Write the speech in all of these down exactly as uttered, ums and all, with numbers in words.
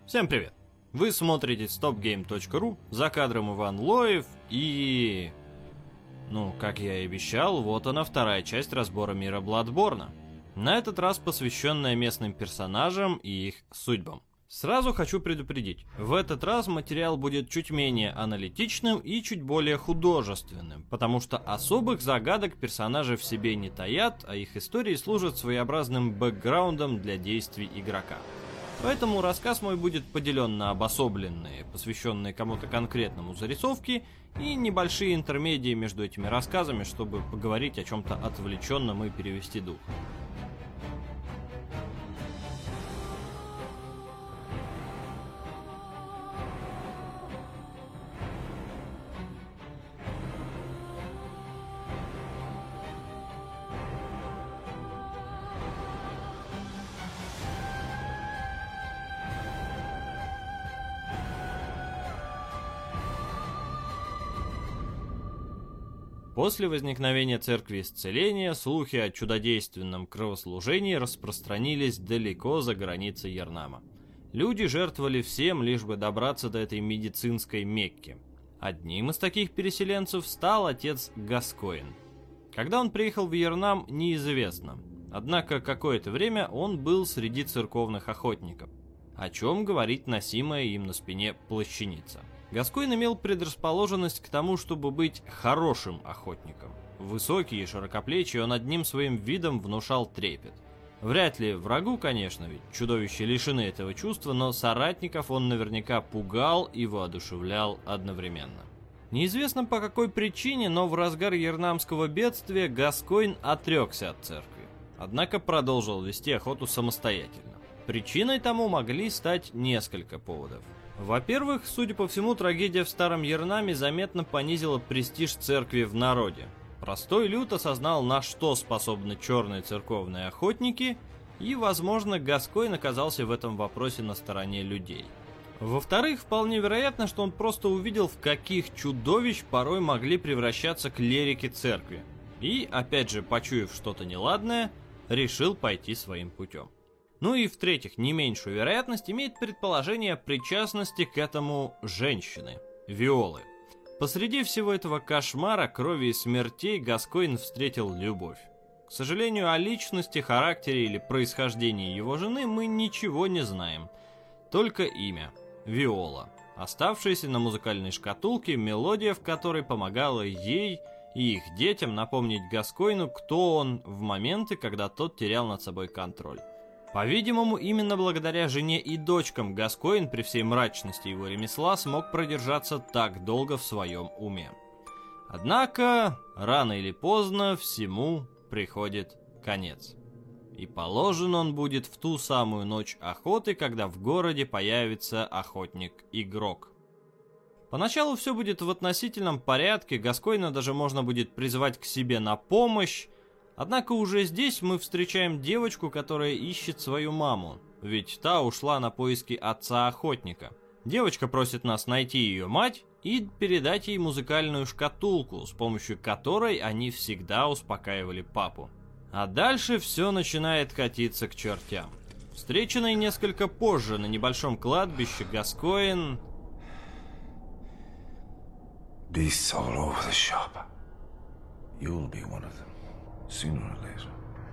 Всем привет! Вы смотрите stopgame точка ру, за кадром Иван Лоев и... Ну, как я и обещал, вот она вторая часть разбора мира Bloodborne. На этот раз посвященная местным персонажам и их судьбам. Сразу хочу предупредить, в этот раз материал будет чуть менее аналитичным и чуть более художественным, потому что особых загадок персонажи в себе не таят, а их истории служат своеобразным бэкграундом для действий игрока. Поэтому рассказ мой будет поделен на обособленные, посвященные кому-то конкретному зарисовки, и небольшие интермедии между этими рассказами, чтобы поговорить о чем-то отвлеченном и перевести дух. После возникновения Церкви Исцеления слухи о чудодейственном кровослужении распространились далеко за границы Йернама. Люди жертвовали всем, лишь бы добраться до этой медицинской Мекки. Одним из таких переселенцев стал отец Гаскоин. Когда он приехал в Йернам, неизвестно. Однако какое-то время он был среди церковных охотников, о чем говорит носимая им на спине плащаница. Гаскоин имел предрасположенность к тому, чтобы быть хорошим охотником. Высокий и широкоплечий, он одним своим видом внушал трепет. Вряд ли врагу, конечно, ведь чудовища лишены этого чувства, но соратников он наверняка пугал и воодушевлял одновременно. Неизвестно по какой причине, но в разгар йернамского бедствия Гаскоин отрекся от церкви, однако продолжил вести охоту самостоятельно. Причиной тому могли стать несколько поводов. Во-первых, судя по всему, трагедия в Старом Йернаме заметно понизила престиж церкви в народе. Простой люд осознал, на что способны черные церковные охотники, и, возможно, Гаскоин оказался в этом вопросе на стороне людей. Во-вторых, вполне вероятно, что он просто увидел, в каких чудовищ порой могли превращаться клирики церкви, и, опять же, почуяв что-то неладное, решил пойти своим путем. Ну и в-третьих, не меньшую вероятность имеет предположение причастности к этому женщины, Виолы. Посреди всего этого кошмара, крови и смертей Гаскоин встретил любовь. К сожалению, о личности, характере или происхождении его жены мы ничего не знаем. Только имя – Виола, оставшаяся на музыкальной шкатулке, мелодия в которой помогала ей и их детям напомнить Гаскоину, кто он в моменты, когда тот терял над собой контроль. По-видимому, именно благодаря жене и дочкам Гаскоин при всей мрачности его ремесла смог продержаться так долго в своем уме. Однако, рано или поздно всему приходит конец. И положен он будет в ту самую ночь охоты, когда в городе появится охотник-игрок. Поначалу все будет в относительном порядке, Гаскоина даже можно будет призвать к себе на помощь. Однако уже здесь мы встречаем девочку, которая ищет свою маму, ведь та ушла на поиски отца-охотника. Девочка просит нас найти ее мать и передать ей музыкальную шкатулку, с помощью которой они всегда успокаивали папу. А дальше все начинает катиться к чертям. Встреченный несколько позже на небольшом кладбище, Гаскоин... Beasts all over the shop. You'll be one of them. Sooner or later.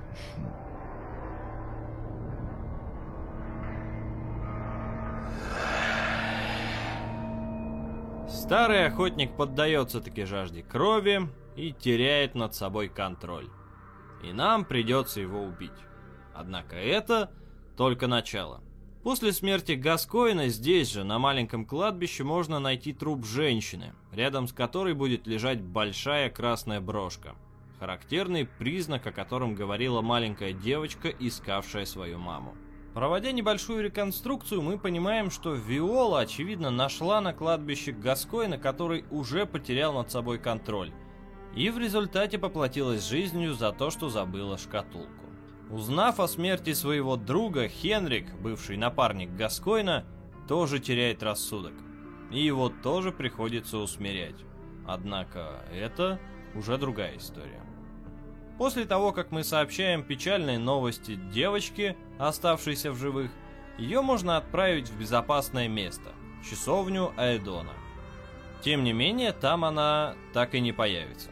Старый охотник поддается таки жажде крови и теряет над собой контроль. И нам придется его убить. Однако это только начало. После смерти Гаскоина здесь же, на маленьком кладбище, можно найти труп женщины, рядом с которой будет лежать большая красная брошка. Характерный признак, о котором говорила маленькая девочка, искавшая свою маму. Проводя небольшую реконструкцию, мы понимаем, что Виола, очевидно, нашла на кладбище Гаскоина, который уже потерял над собой контроль, и в результате поплатилась жизнью за то, что забыла шкатулку. Узнав о смерти своего друга, Хенрик, бывший напарник Гаскоина, тоже теряет рассудок, и его тоже приходится усмирять. Однако это уже другая история. После того, как мы сообщаем печальные новости девочке, оставшейся в живых, ее можно отправить в безопасное место – часовню Аэдона. Тем не менее, там она так и не появится.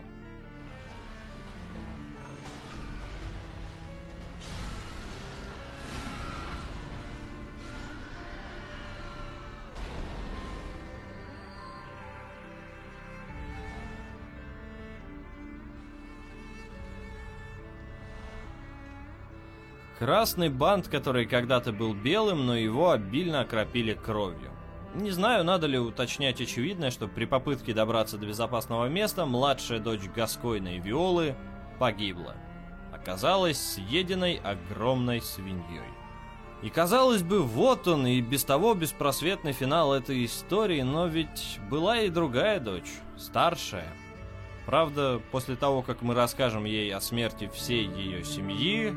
Красный бант, который когда-то был белым, но его обильно окропили кровью. Не знаю, надо ли уточнять очевидное, что при попытке добраться до безопасного места младшая дочь Гаскойна и Виолы погибла. Оказалась съеденной огромной свиньей. И казалось бы, вот он, и без того беспросветный финал этой истории, но ведь была и другая дочь, старшая. Правда, после того, как мы расскажем ей о смерти всей ее семьи...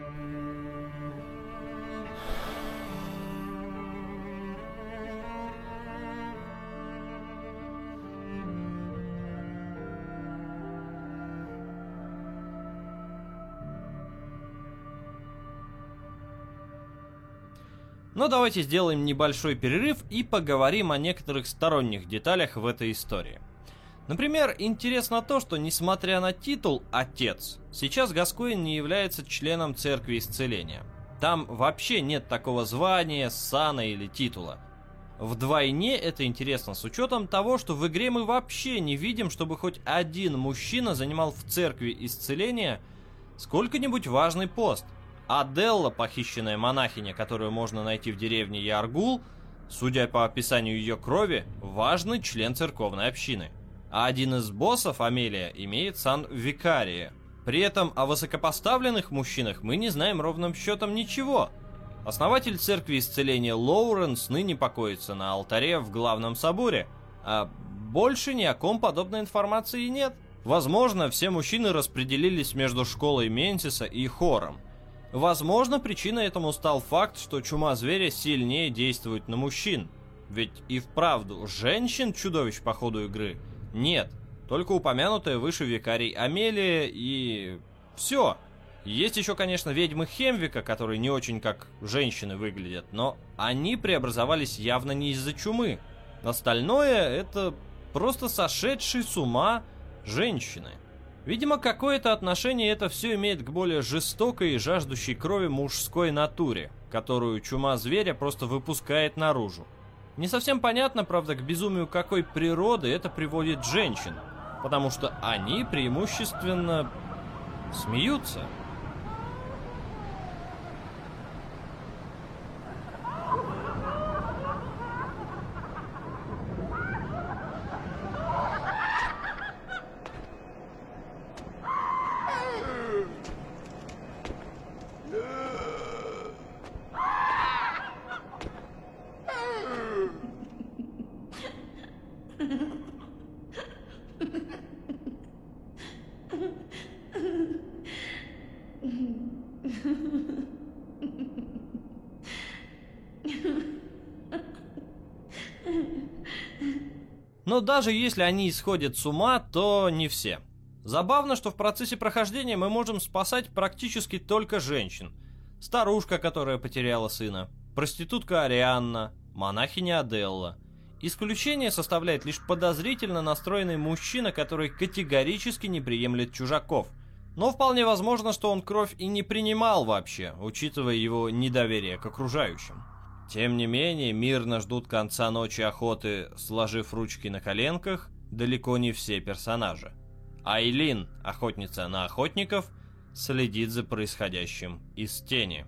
Но давайте сделаем небольшой перерыв и поговорим о некоторых сторонних деталях в этой истории. Например, интересно то, что несмотря на титул «Отец», сейчас Гаскоин не является членом Церкви Исцеления. Там вообще нет такого звания, сана или титула. Вдвойне это интересно с учетом того, что в игре мы вообще не видим, чтобы хоть один мужчина занимал в Церкви Исцеления сколько-нибудь важный пост. Аделла, похищенная монахиня, которую можно найти в деревне Яргул, судя по описанию ее крови, важный член церковной общины. А один из боссов, Амелия, имеет сан викария. При этом о высокопоставленных мужчинах мы не знаем ровным счетом ничего. Основатель Церкви Исцеления Лоуренс ныне покоится на алтаре в главном соборе, а больше ни о ком подобной информации нет. Возможно, все мужчины распределились между школой Ментиса и хором. Возможно, причиной этому стал факт, что чума зверя сильнее действует на мужчин. Ведь и вправду, женщин-чудовищ по ходу игры нет. Только упомянутая выше викарий Амелия и... все. Есть еще, конечно, ведьмы Хемвика, которые не очень как женщины выглядят, но они преобразовались явно не из-за чумы. Остальное — это просто сошедшие с ума женщины. Видимо, какое-то отношение это все имеет к более жестокой и жаждущей крови мужской натуре, которую чума зверя просто выпускает наружу. Не совсем понятно, правда, к безумию какой природы это приводит женщин, потому что они преимущественно смеются. Но даже если они исходят с ума, то не все. Забавно, что в процессе прохождения мы можем спасать практически только женщин. Старушка, которая потеряла сына, проститутка Арианна, монахиня Аделла. Исключение составляет лишь подозрительно настроенный мужчина, который категорически не приемлет чужаков. Но вполне возможно, что он кровь и не принимал вообще, учитывая его недоверие к окружающим. Тем не менее, мирно ждут конца ночи охоты, сложив ручки на коленках, далеко не все персонажи. Айлин, охотница на охотников, следит за происходящим из тени.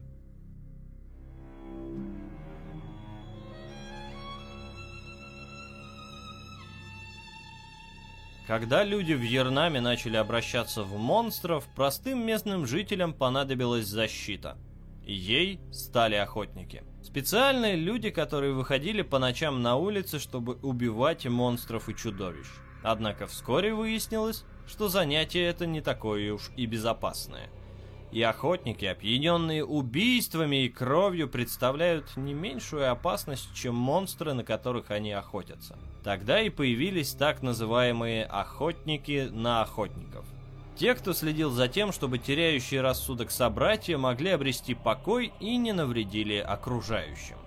Когда люди в Ернаме начали обращаться в монстров, простым местным жителям понадобилась защита. И ей стали охотники. Специальные люди, которые выходили по ночам на улицы, чтобы убивать монстров и чудовищ. Однако вскоре выяснилось, что занятие это не такое уж и безопасное. И охотники, опьяненные убийствами и кровью, представляют не меньшую опасность, чем монстры, на которых они охотятся. Тогда и появились так называемые охотники на охотников. Те, кто следил за тем, чтобы теряющие рассудок собратья могли обрести покой и не навредили окружающим.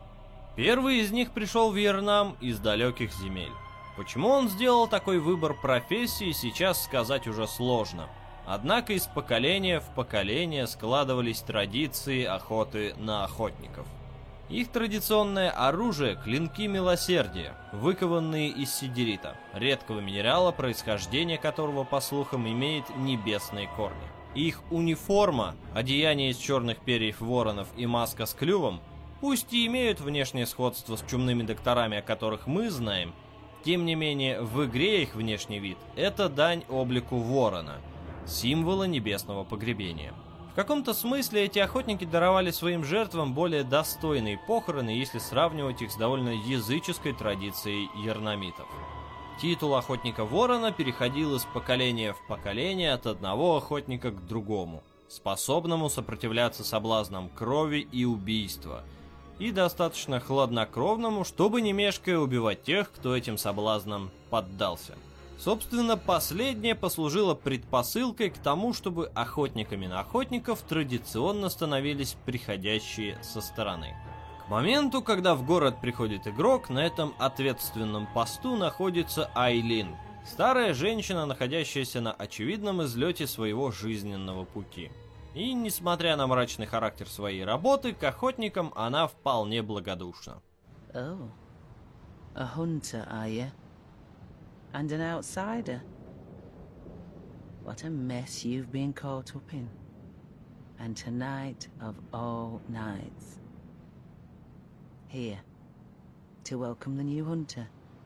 Первый из них пришел в Йернам из далеких земель. Почему он сделал такой выбор профессии, сейчас сказать уже сложно. Однако из поколения в поколение складывались традиции охоты на охотников. Их традиционное оружие – клинки милосердия, выкованные из сидерита, редкого минерала, происхождение которого, по слухам, имеет небесные корни. Их униформа, одеяние из черных перьев воронов и маска с клювом, пусть и имеют внешнее сходство с чумными докторами, о которых мы знаем, тем не менее в игре их внешний вид – это дань облику ворона, символа небесного погребения. В каком-то смысле эти охотники даровали своим жертвам более достойные похороны, если сравнивать их с довольно языческой традицией йернамитов. Титул охотника ворона переходил из поколения в поколение от одного охотника к другому, способному сопротивляться соблазнам крови и убийства, и достаточно хладнокровному, чтобы не мешкая убивать тех, кто этим соблазнам поддался. Собственно, последнее послужило предпосылкой к тому, чтобы охотниками на охотников традиционно становились приходящие со стороны. К моменту, когда в город приходит игрок, на этом ответственном посту находится Айлин, старая женщина, находящаяся на очевидном излете своего жизненного пути. И, несмотря на мрачный характер своей работы, к охотникам она вполне благодушна. Oh, a hunter, are you? And an outsider? What a mess you've been caught up in. And tonight of all nights. Here, to welcome the new hunter.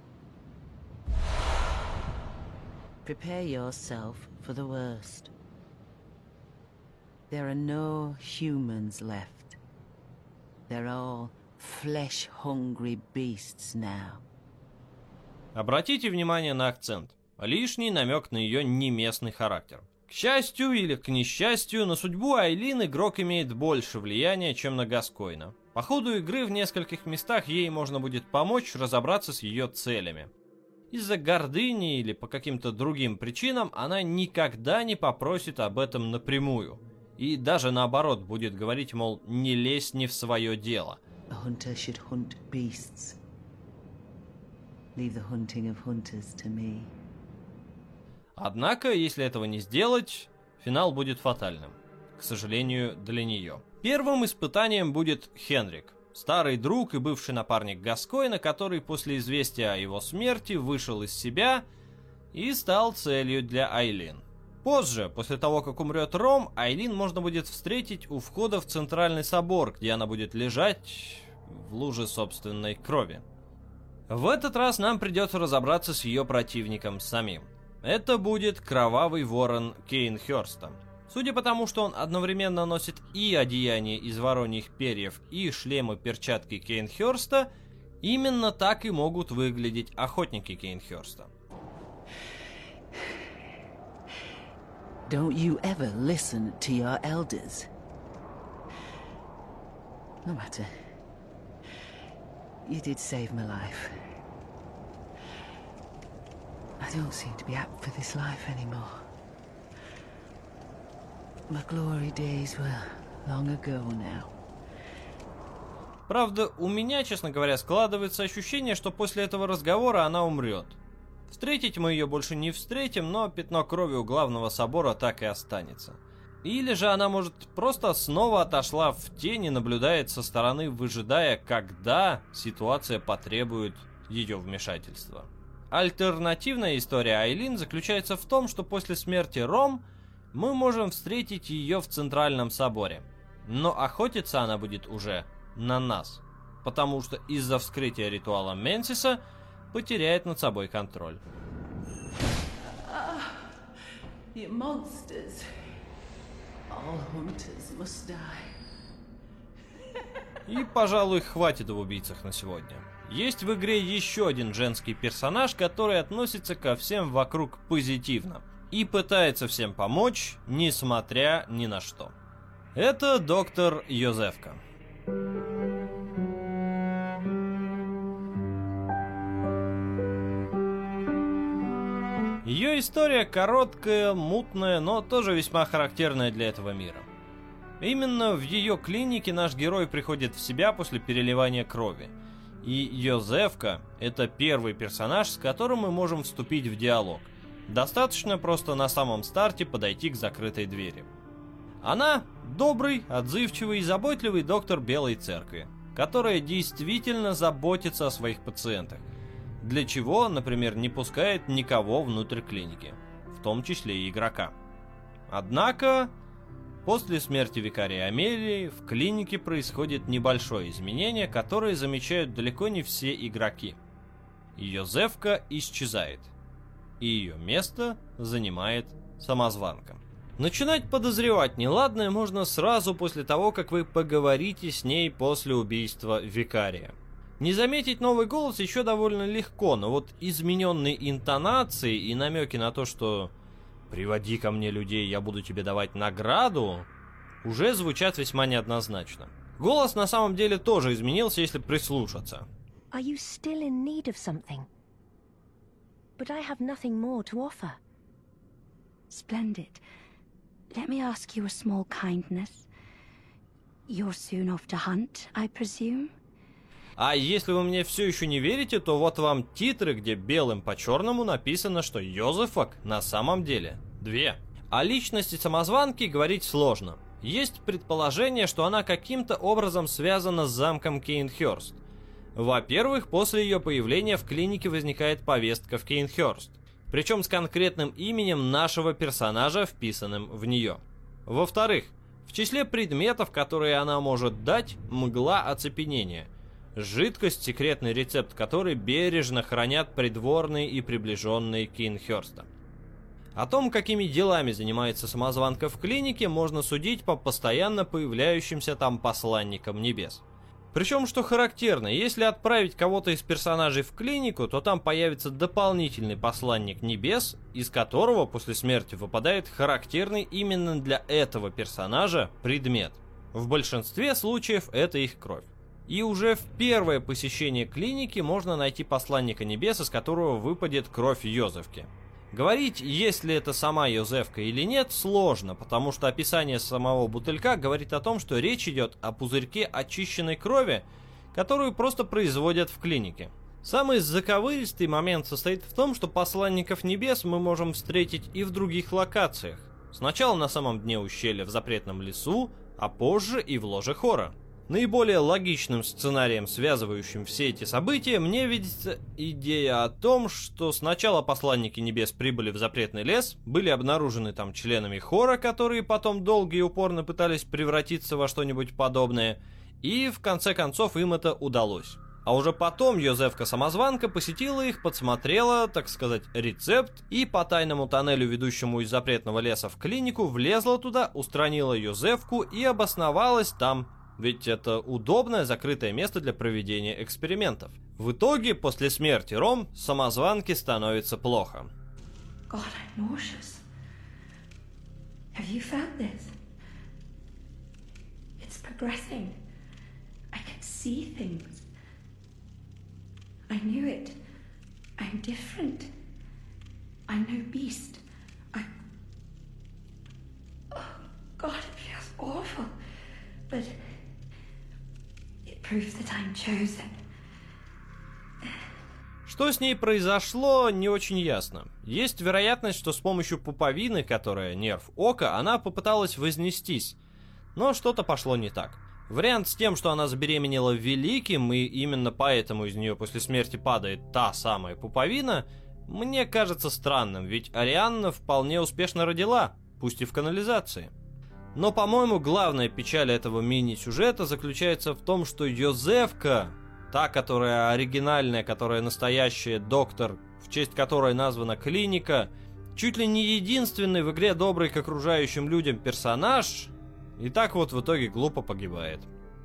Prepare yourself for the worst. There are no humans left. They're all flesh-hungry beasts now. Обратите внимание на акцент. Лишний намек на ее неместный характер. К счастью или к несчастью, на судьбу Айлин игрок имеет больше влияния, чем на Гаскойна. По ходу игры в нескольких местах ей можно будет помочь разобраться с ее целями. Из-за гордыни или по каким-то другим причинам она никогда не попросит об этом напрямую. И даже наоборот будет говорить, мол, не лезь не в свое дело. Leave the hunting of hunters to me. Однако, если этого не сделать, финал будет фатальным. К сожалению, для нее. Первым испытанием будет Хенрик, старый друг и бывший напарник Гаскойна, который после известия о его смерти вышел из себя и стал целью для Айлин. Позже, после того, как умрет Ром, Айлин можно будет встретить у входа в центральный собор, где она будет лежать в луже собственной крови. В этот раз нам придется разобраться с ее противником самим. Это будет Кровавый Ворон Кейнхёрста. Судя по тому, что он одновременно носит и одеяние из вороньих перьев, и шлем и перчатки Кейнхёрста, именно так и могут выглядеть охотники Кейнхёрста. Don't you ever listen to your elders? No matter. You did save my life. I don't seem to be apt for this life anymore. My glory days were long ago now. Правда, у меня, честно говоря, складывается ощущение, что после этого разговора она умрет. Встретить мы ее больше не встретим, но пятно крови у главного собора так и останется. Или же она, может, просто снова отошла в тень и наблюдает со стороны, выжидая, когда ситуация потребует ее вмешательства. Альтернативная история Айлин заключается в том, что после смерти Ром мы можем встретить ее в Центральном соборе. Но охотиться она будет уже на нас, потому что из-за вскрытия ритуала Менсиса потеряет над собой контроль. You monsters. All hunters must die. И, пожалуй, хватит об убийцах на сегодня. Есть в игре еще один женский персонаж, который относится ко всем вокруг позитивно и пытается всем помочь, несмотря ни на что. Это доктор Йозефка. Ее история короткая, мутная, но тоже весьма характерная для этого мира. Именно в ее клинике наш герой приходит в себя после переливания крови. И Йозефка – это первый персонаж, с которым мы можем вступить в диалог. Достаточно просто на самом старте подойти к закрытой двери. Она – добрый, отзывчивый и заботливый доктор Белой Церкви, которая действительно заботится о своих пациентах, для чего, например, не пускает никого внутрь клиники, в том числе и игрока. Однако, после смерти викария Амелии в клинике происходит небольшое изменение, которое замечают далеко не все игроки. Йозефка исчезает, и ее место занимает самозванка. Начинать подозревать неладное можно сразу после того, как вы поговорите с ней после убийства викария. Не заметить новый голос еще довольно легко, но вот измененные интонации и намеки на то, что «приводи ко мне людей, я буду тебе давать награду», уже звучат весьма неоднозначно. Голос на самом деле тоже изменился, если прислушаться. Are you still in need of something? But I have nothing more to offer. Splendid. Let me ask you a small kindness. You're soon off to hunt, I presume? А если вы мне все еще не верите, то вот вам титры, где белым по черному написано, что Йозефок на самом деле две. О личности самозванки говорить сложно. Есть предположение, что она каким-то образом связана с замком Кейнхёрст. Во-первых, после ее появления в клинике возникает повестка в Кейнхёрст, причем с конкретным именем нашего персонажа, вписанным в нее. Во-вторых, в числе предметов, которые она может дать, мгла оцепенения. Жидкость, секретный рецепт которой бережно хранят придворные и приближенные Кейнхёрста. О том, какими делами занимается самозванка в клинике, можно судить по постоянно появляющимся там посланникам небес. Причем, что характерно, если отправить кого-то из персонажей в клинику, то там появится дополнительный посланник небес, из которого после смерти выпадает характерный именно для этого персонажа предмет. В большинстве случаев это их кровь. И уже в первое посещение клиники можно найти посланника небес, из которого выпадет кровь Йозефки. Говорить, есть ли это сама Йозефка или нет, сложно, потому что описание самого бутылька говорит о том, что речь идет о пузырьке очищенной крови, которую просто производят в клинике. Самый заковыристый момент состоит в том, что посланников небес мы можем встретить и в других локациях. Сначала на самом дне ущелья в запретном лесу, а позже и в ложе Хора. Наиболее логичным сценарием, связывающим все эти события, мне видится идея о том, что сначала посланники небес прибыли в запретный лес, были обнаружены там членами Хора, которые потом долго и упорно пытались превратиться во что-нибудь подобное, и в конце концов им это удалось. А уже потом Йозефка-самозванка посетила их, подсмотрела, так сказать, рецепт, и по тайному тоннелю, ведущему из запретного леса в клинику, влезла туда, устранила Йозефку и обосновалась там. Ведь это удобное закрытое место для проведения экспериментов. В итоге, после смерти Ром, самозванке становится плохо. God, I'm nauseous. Have you found this? It's progressing. I can see things. I knew it. I'm different. I'm no beast. I'm... Oh, God, it feels awful. But... proves that I'm chosen. Что с ней произошло, не очень ясно. Есть вероятность, что с помощью пуповины, которая нерв ока, она попыталась вознестись. Но что-то пошло не так. Вариант с тем, что она забеременела великим, и именно поэтому из нее после смерти падает та самая пуповина, мне кажется странным, ведь Арианна вполне успешно родила, пусть и в канализации. Но, по-моему, главная печаль этого мини-сюжета заключается в том, что Йозефка, та, которая оригинальная, которая настоящая доктор, в честь которой названа клиника, чуть ли не единственный в игре добрый к окружающим людям персонаж, и так вот в итоге глупо погибает.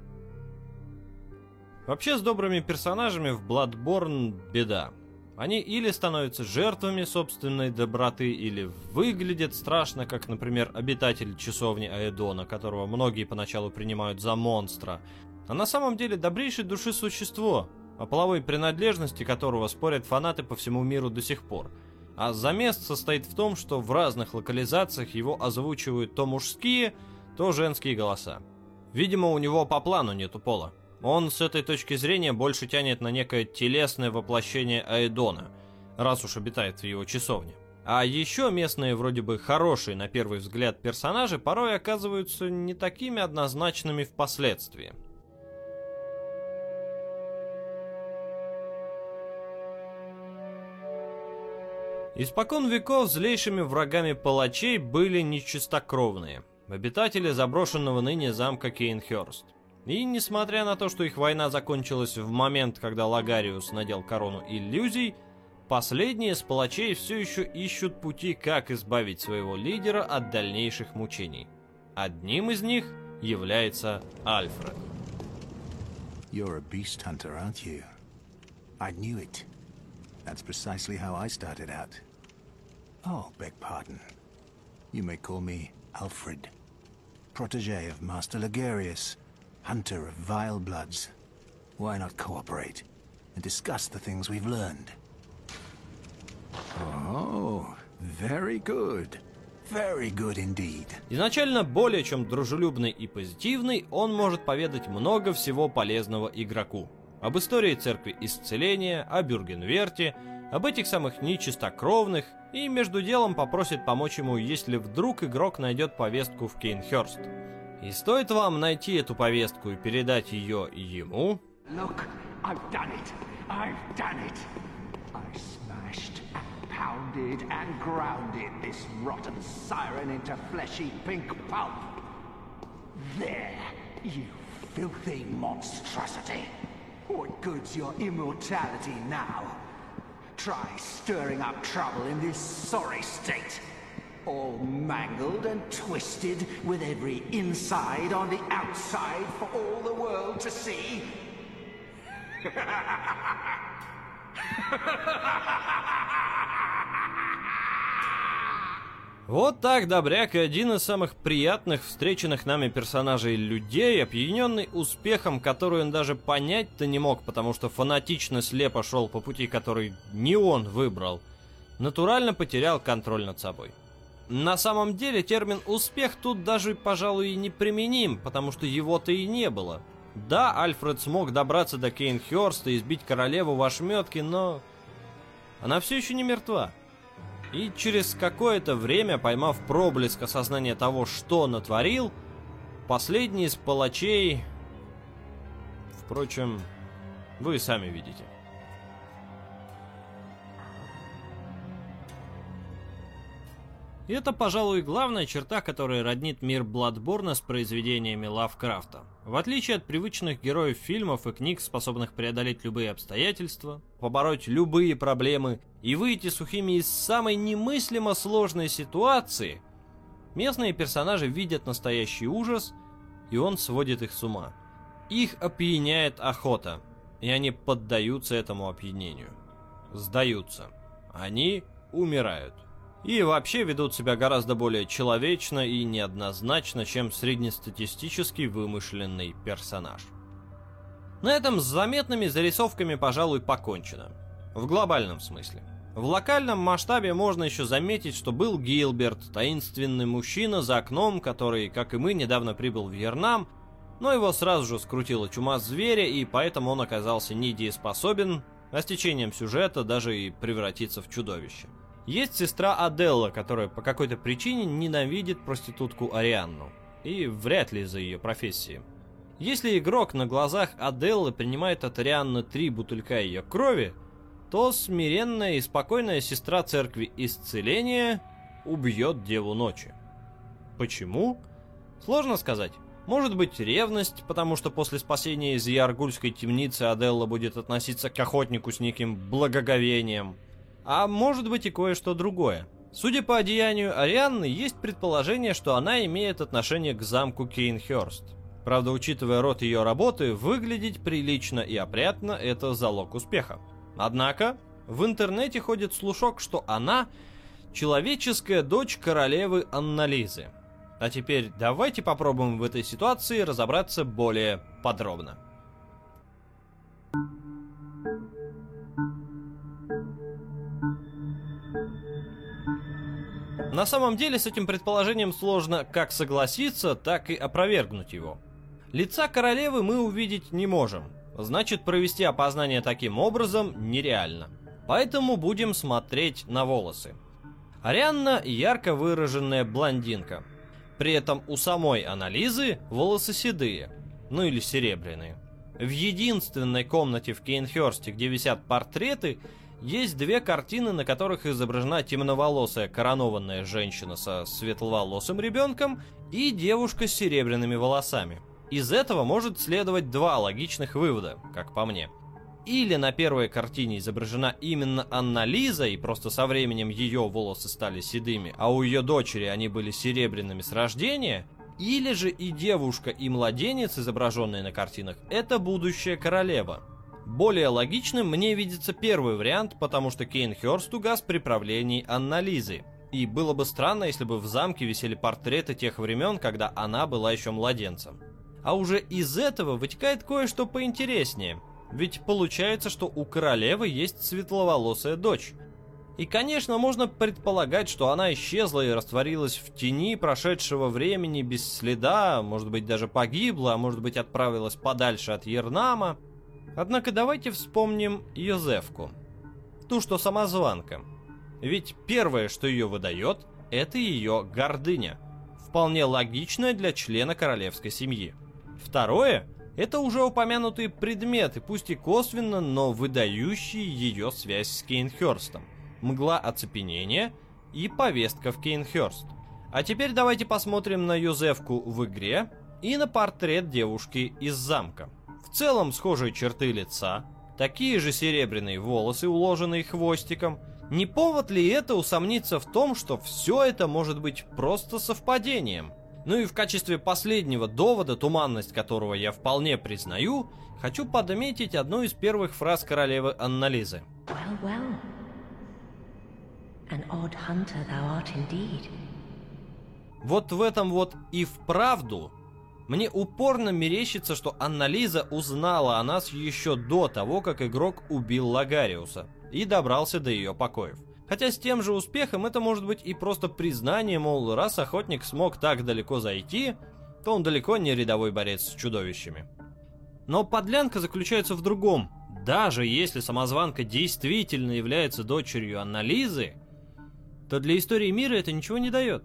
Вообще с добрыми персонажами в Bloodborne беда. Они или становятся жертвами собственной доброты, или выглядят страшно, как, например, обитатель часовни Аэдона, которого многие поначалу принимают за монстра, а на самом деле добрейшей души существо, о половой принадлежности которого спорят фанаты по всему миру до сих пор. А замес состоит в том, что в разных локализациях его озвучивают то мужские, то женские голоса. Видимо, у него по плану нету пола. Он с этой точки зрения больше тянет на некое телесное воплощение Аэдона, раз уж обитает в его часовне. А еще местные, вроде бы хорошие на первый взгляд персонажи, порой оказываются не такими однозначными впоследствии. Испокон веков злейшими врагами палачей были нечистокровные, обитатели заброшенного ныне замка Кейнхёрст. И несмотря на то, что их война закончилась в момент, когда Лагариус надел корону иллюзий, последние с палачей все еще ищут пути, как избавить своего лидера от дальнейших мучений. Одним из них является Альфред. You're a beast hunter, aren't you? I knew it. That's precisely how I started out. Oh, beg pardon. You may call me Alfred, protege of Master Ligarius, hunter of vile bloods. Why not cooperate and discuss the things we've learned? Oh, very good. Very good indeed. Изначально более чем дружелюбный и позитивный, он может поведать много всего полезного игроку. Об истории Церкви Исцеления, о Бюргенверте, об этих самых нечистокровных, и между делом попросит помочь ему, если вдруг игрок найдет повестку в Кейнхёрст. И стоит вам найти эту повестку и передать ее ему... Look, I've done it. I've done it. I smashed, pounded and grounded this rotten siren into fleshy pink pulp. There, you filthy monstrosity. What good's your immortality now? Try stirring up trouble in this sorry state. All mangled and twisted, with every inside on the outside for all the world to see. Вот так Добряк, один из самых приятных встреченных нами персонажей людей, опьяненный успехом, который он даже понять-то не мог, потому что фанатично слепо шел по пути, который не он выбрал, натурально потерял контроль над собой. На самом деле термин «успех» тут даже, пожалуй, и не применим, потому что его-то и не было. Да, Альфред смог добраться до Кейнхёрста и избить королеву в ошметке, но она все еще не мертва. И через какое-то время, поймав проблеск осознания того, что натворил, последний из палачей... Впрочем, вы сами видите. И это, пожалуй, главная черта, которая роднит мир Бладборна с произведениями Лавкрафта. В отличие от привычных героев фильмов и книг, способных преодолеть любые обстоятельства, побороть любые проблемы и выйти сухими из самой немыслимо сложной ситуации, местные персонажи видят настоящий ужас, и он сводит их с ума. Их опьяняет охота, и они поддаются этому опьянению. Сдаются. Они умирают. И вообще ведут себя гораздо более человечно и неоднозначно, чем среднестатистический вымышленный персонаж. На этом с заметными зарисовками, пожалуй, покончено. В глобальном смысле. В локальном масштабе можно еще заметить, что был Гилберт, таинственный мужчина за окном, который, как и мы, недавно прибыл в Ернам, но его сразу же скрутила чума зверя, и поэтому он оказался недееспособен, а с течением сюжета даже и превратиться в чудовище. Есть сестра Аделла, которая по какой-то причине ненавидит проститутку Арианну. И вряд ли из-за ее профессии. Если игрок на глазах Аделлы принимает от Арианны три бутылька ее крови, то смиренная и спокойная сестра Церкви Исцеления убьет Деву Ночи. Почему? Сложно сказать. Может быть, ревность, потому что после спасения из Яргульской темницы Аделла будет относиться к охотнику с неким благоговением. А может быть и кое-что другое. Судя по одеянию Арианны, есть предположение, что она имеет отношение к замку Кейнхёрст. Правда, учитывая род ее работы, выглядеть прилично и опрятно – это залог успеха. Однако, в интернете ходит слушок, что она – человеческая дочь королевы Аннализы. А теперь давайте попробуем в этой ситуации разобраться более подробно. На самом деле с этим предположением сложно как согласиться, так и опровергнуть его. Лица королевы мы увидеть не можем, значит, провести опознание таким образом нереально. Поэтому будем смотреть на волосы. Арианна ярко выраженная блондинка. При этом у самой Аннализы волосы седые, ну или серебряные. В единственной комнате в Кейнхёрсте, где висят портреты, есть две картины, на которых изображена темноволосая коронованная женщина со светловолосым ребенком и девушка с серебряными волосами. Из этого может следовать два логичных вывода, как по мне. Или на первой картине изображена именно Аннализа, и просто со временем ее волосы стали седыми, а у ее дочери они были серебряными с рождения, или же и девушка, и младенец, изображенные на картинах, это будущая королева. Более логичным мне видится первый вариант, потому что Кейнхёрст угас при правлении Аннализы. И было бы странно, если бы в замке висели портреты тех времен, когда она была еще младенцем. А уже из этого вытекает кое-что поинтереснее. Ведь получается, что у королевы есть светловолосая дочь. И, конечно, можно предполагать, что она исчезла и растворилась в тени прошедшего времени без следа, может быть, даже погибла, а может быть, отправилась подальше от Ернама. Однако давайте вспомним Йозефку. Ту, что самозванка. Ведь первое, что ее выдает, это ее гордыня. Вполне логичное для члена королевской семьи. Второе, это уже упомянутые предметы, пусть и косвенно, но выдающие ее связь с Кейнхёрстом. Мгла оцепенения и повестка в Кейнхёрст. А теперь давайте посмотрим на Йозефку в игре и на портрет девушки из замка. В целом схожие черты лица, такие же серебряные волосы, уложенные хвостиком. Не повод ли это усомниться в том, что все это может быть просто совпадением? Ну и в качестве последнего довода, туманность которого я вполне признаю, хочу подметить одну из первых фраз королевы Аннализы. Well, well. An odd hunter thou art indeed. Вот в этом вот и вправду мне упорно мерещится, что Аннализа узнала о нас еще до того, как игрок убил Лагариуса и добрался до ее покоев. Хотя с тем же успехом это может быть и просто признание, мол, раз охотник смог так далеко зайти, то он далеко не рядовой борец с чудовищами. Но подлянка заключается в другом. Даже если самозванка действительно является дочерью Аннализы, то для истории мира это ничего не дает.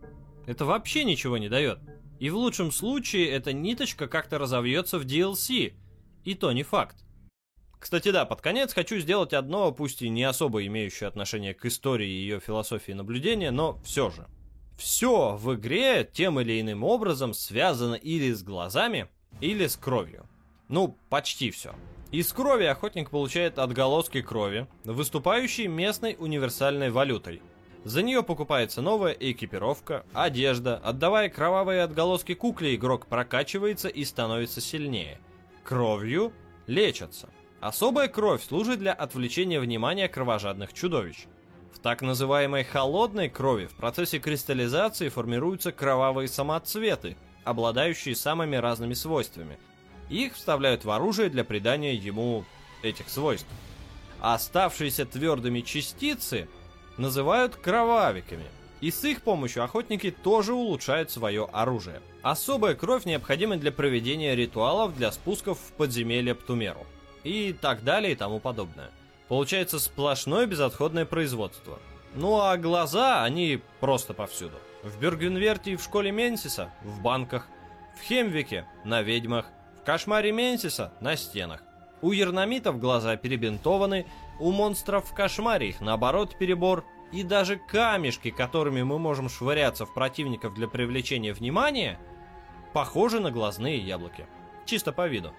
Это вообще ничего не дает. И в лучшем случае эта ниточка как-то разовьется в ди эл си. И то не факт. Кстати, да, под конец хочу сделать одно, пусть и не особо имеющее отношение к истории и ее философии наблюдения, но все же. Все в игре тем или иным образом связано или с глазами, или с кровью. Ну, почти все. Из крови охотник получает отголоски крови, выступающие местной универсальной валютой. За нее покупается новая экипировка, одежда. Отдавая кровавые отголоски кукле, игрок прокачивается и становится сильнее. Кровью лечатся. Особая кровь служит для отвлечения внимания кровожадных чудовищ. В так называемой холодной крови в процессе кристаллизации формируются кровавые самоцветы, обладающие самыми разными свойствами. Их вставляют в оружие для придания ему этих свойств. А оставшиеся твердыми частицы называют кровавиками. И с их помощью охотники тоже улучшают свое оружие. Особая кровь необходима для проведения ритуалов для спусков в подземелье Птумеру. И так далее и тому подобное. Получается сплошное безотходное производство. Ну а глаза, они просто повсюду. В Бюргенверте и в школе Менсиса, в банках, в Хемвике, на ведьмах, в кошмаре Менсиса, на стенах. У ернамитов глаза перебинтованы, у монстров в кошмаре их наоборот перебор. И даже камешки, которыми мы можем швыряться в противников для привлечения внимания, похожи на глазные яблоки. Чисто по виду.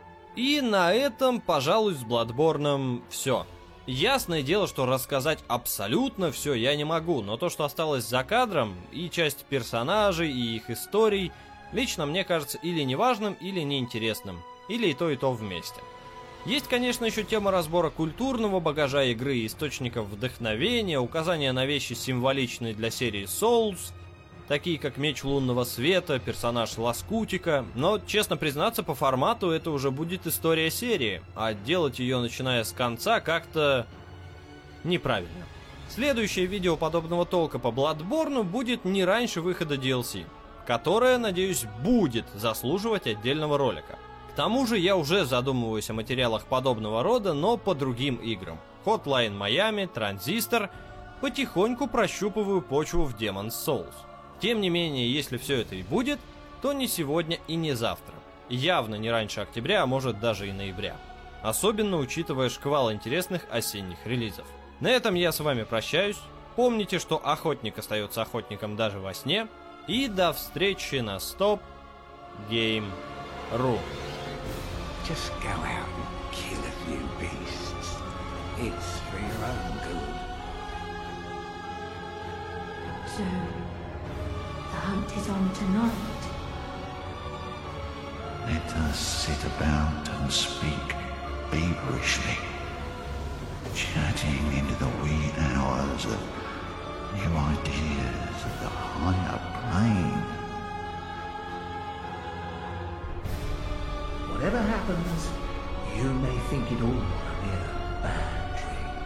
И на этом, пожалуй, с Bloodborne все. Ясное дело, что рассказать абсолютно все я не могу, но то, что осталось за кадром, и часть персонажей, и их историй, лично мне кажется или неважным, или неинтересным, или и то, и то вместе. Есть, конечно, еще тема разбора культурного багажа игры, источников вдохновения, указания на вещи, символичные для серии Souls, такие как Меч Лунного Света, персонаж Лоскутика, но, честно признаться, по формату это уже будет история серии, а делать ее, начиная с конца, как-то неправильно. Следующее видео подобного толка по Bloodborne будет не раньше выхода ди эл си. которая, надеюсь, будет заслуживать отдельного ролика. К тому же я уже задумываюсь о материалах подобного рода, но по другим играм. Hotline Miami, Transistor, потихоньку прощупываю почву в Demon's Souls. Тем не менее, если все это и будет, то не сегодня и не завтра. Явно не раньше октября, а может даже и ноября. Особенно учитывая шквал интересных осенних релизов. На этом я с вами прощаюсь. Помните, что охотник остается охотником даже во сне. И до встречи на Stop Game точка ру. Just go out and kill a few beasts. It's for your own good. So, the hunt is on tonight. Let us sit about and speak feverishly, chatting into the wee hours of new ideas of the higher plane. Whatever happens, you may think it all a mere bad dream.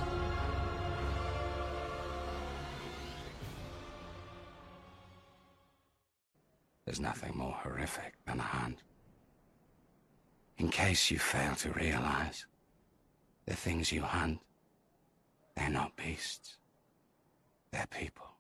There's nothing more horrific than a hunt. In case you fail to realize, the things you hunt, they're not beasts, they're people.